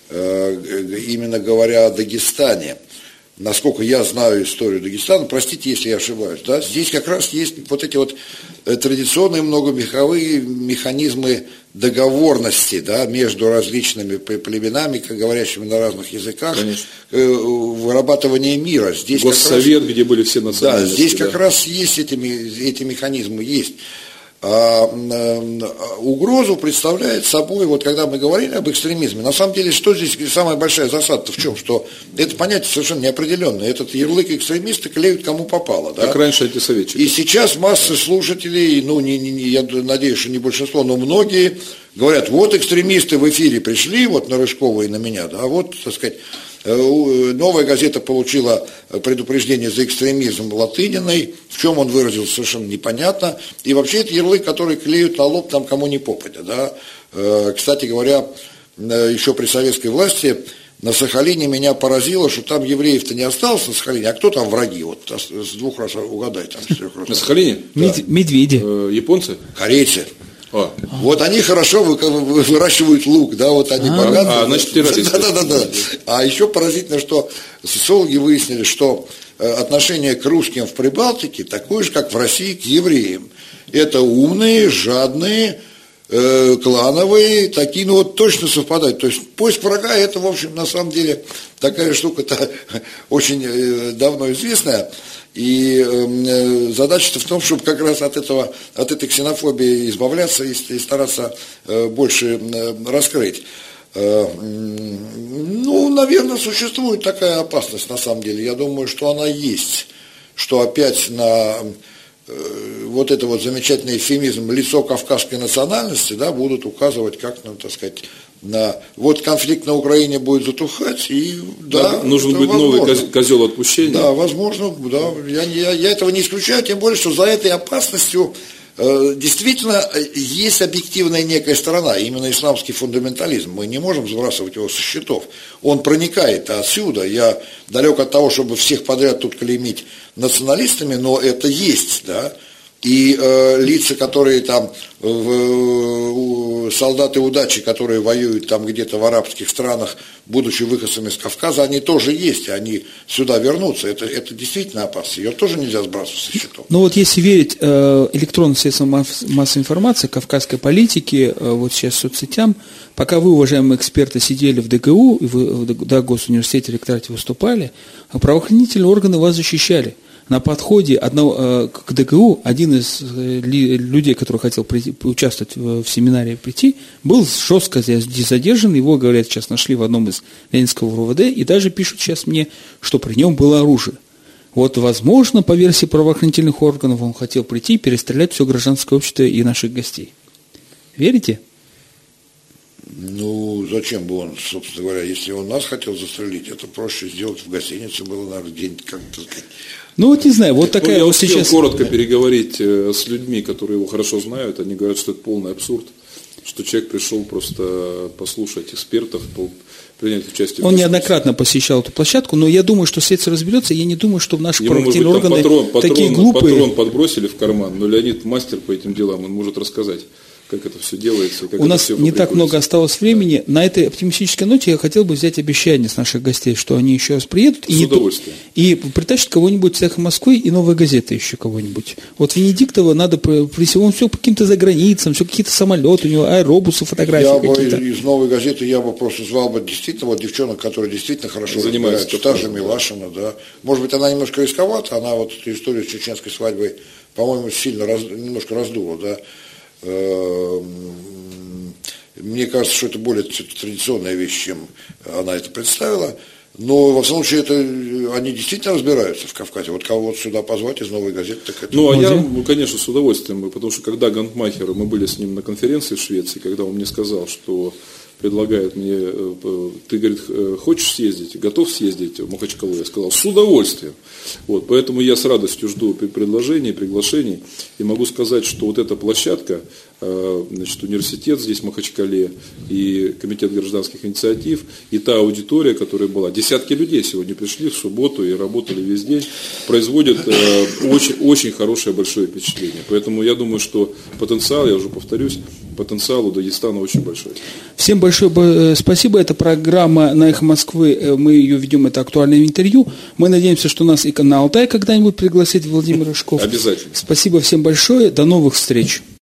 именно говоря о Дагестане, насколько я знаю историю Дагестана, простите, если я ошибаюсь, да, здесь как раз есть вот эти вот традиционные многовековые механизмы договорности, да, между различными племенами, говорящими на разных языках, Конечно. вырабатывание мира. Здесь Госсовет, раз, где были все национальности. Да, здесь да. как раз есть эти, эти механизмы, есть. А, а, угрозу представляет собой, вот когда мы говорили об экстремизме, на самом деле, что здесь самая большая засада-то в чем? Что это понятие совершенно неопределенное. Этот ярлык экстремисты клеют кому попало. Да? Как раньше антисоветчики. И сейчас массы слушателей, ну, не, не, я надеюсь, что не большинство, но многие говорят, вот экстремисты в эфире пришли, вот на Рыжкова и на меня, да, вот, так сказать, Новая газета получила предупреждение за экстремизм Латыниной, в чем он выразился совершенно непонятно, и вообще это ярлык, который клеют на лоб там кому не попадя, да. Кстати говоря, еще при советской власти на Сахалине меня поразило, что там евреев-то не осталось на Сахалине, а кто там враги, вот с двух раз угадай, там с трех раз. На Сахалине? Да. Медведи. Японцы? Корейцы. А. Вот они хорошо выращивают лук, да, вот они а, богаты. А, значит, террористы. Да, да, да, да. А еще поразительно, что социологи выяснили, что отношение к русским в Прибалтике такое же, как в России к евреям. Это умные, жадные, э, клановые, такие, ну вот точно совпадают. То есть поиск врага, это, в общем, на самом деле такая штука-то очень э, давно известная. И э, задача-то в том, чтобы как раз от этого, от этой ксенофобии избавляться и, и стараться э, больше э, раскрыть. Э, ну, наверное, существует такая опасность на самом деле. Я думаю, что она есть. Что опять на э, вот это вот замечательный эвфемизм лицо кавказской национальности, да, будут указывать как, ну, так сказать, на вот конфликт на Украине будет затухать, и да, да нужен будет возможно. Новый козел отпущения. Да, возможно, да, я, я, я этого не исключаю, тем более, что за этой опасностью э, действительно есть объективная некая сторона, именно исламский фундаментализм. Мы не можем сбрасывать его со счетов. Он проникает отсюда. Я далек от того, чтобы всех подряд тут клеймить националистами, но это есть, да. И э, лица, которые там, в, солдаты удачи, которые воюют там где-то в арабских странах, будучи выходцами из Кавказа, они тоже есть, и они сюда вернутся. Это, это действительно опасно. Ее тоже нельзя сбрасывать со счетов. Ну вот если верить э, электронным средствам массовой информации, кавказской политике, э, вот сейчас соцсетям, пока вы, уважаемые эксперты, сидели в ДГУ, и вы в да, Госуниверситете, ректорате выступали, правоохранительные органы вас защищали. На подходе одного, к ДГУ один из людей, который хотел прийти, участвовать в семинаре, прийти, был жестко задержан. Его, говорят, сейчас нашли в одном из Ленинского РУВД, и даже пишут сейчас мне, что при нем было оружие. Вот, возможно, по версии правоохранительных органов, он хотел прийти и перестрелять все гражданское общество и наших гостей. Верите? Ну, зачем бы он, собственно говоря, если он нас хотел застрелить, это проще сделать в гостинице было, наверное, где-нибудь как-то сказать. Ну, вот не знаю, вот такая ну, я вот успел сейчас... коротко переговорить с людьми, которые его хорошо знают, они говорят, что это полный абсурд, что человек пришел просто послушать экспертов, принять участие. Он неоднократно посещал эту площадку, но я думаю, что следствие разберется, и я не думаю, что наши Ему, правоохранительные может быть, органы патрон, такие патрон, глупые. Патрон подбросили в карман, но Леонид мастер по этим делам, он может рассказать, как это все делается. Как У это нас все не так много осталось времени. На этой оптимистической ноте я хотел бы взять обещание с наших гостей, что они еще раз приедут и, и притащат кого-нибудь с «Эхо Москвы» и «Новой газеты» еще кого-нибудь. Вот Венедиктова надо привести, он все по каким-то заграницам, все какие-то самолеты, у него аэробусы, фотографии я какие-то. Бы из «Новой газеты» я бы просто звал бы действительно вот девчонок, которые действительно хорошо занимаются. Та же Милашина, да. Может быть, она немножко рисковата, она вот эту историю с чеченской свадьбой, по-моему, сильно раз, немножко раздула, да. Мне кажется, что это более традиционная вещь, чем она это представила. Но, во всяком случае, это, они действительно разбираются в Кавказе. Вот кого вот сюда позвать из «Новой газеты», так это... Ну, а я, конечно, с удовольствием, потому что когда Гантмахер, мы были с ним на конференции в Швеции, когда он мне сказал, что предлагает мне, ты, говорит, хочешь съездить, готов съездить в Махачкалу? Я сказал, с удовольствием. Вот, поэтому я с радостью жду предложений, приглашений. И могу сказать, что вот эта площадка, значит, университет здесь в Махачкале и комитет гражданских инициатив, и та аудитория, которая была, десятки людей сегодня пришли в субботу и работали весь день, производят очень, очень хорошее, большое впечатление. Поэтому я думаю, что потенциал, я уже повторюсь, потенциал у Дагестана очень большой. Всем большое спасибо. Это программа на «Эхо Москвы». Мы ее ведем, это актуальное интервью. Мы надеемся, что нас и на Алтай когда-нибудь пригласит Владимир Рыжков. Обязательно. Спасибо всем большое. До новых встреч.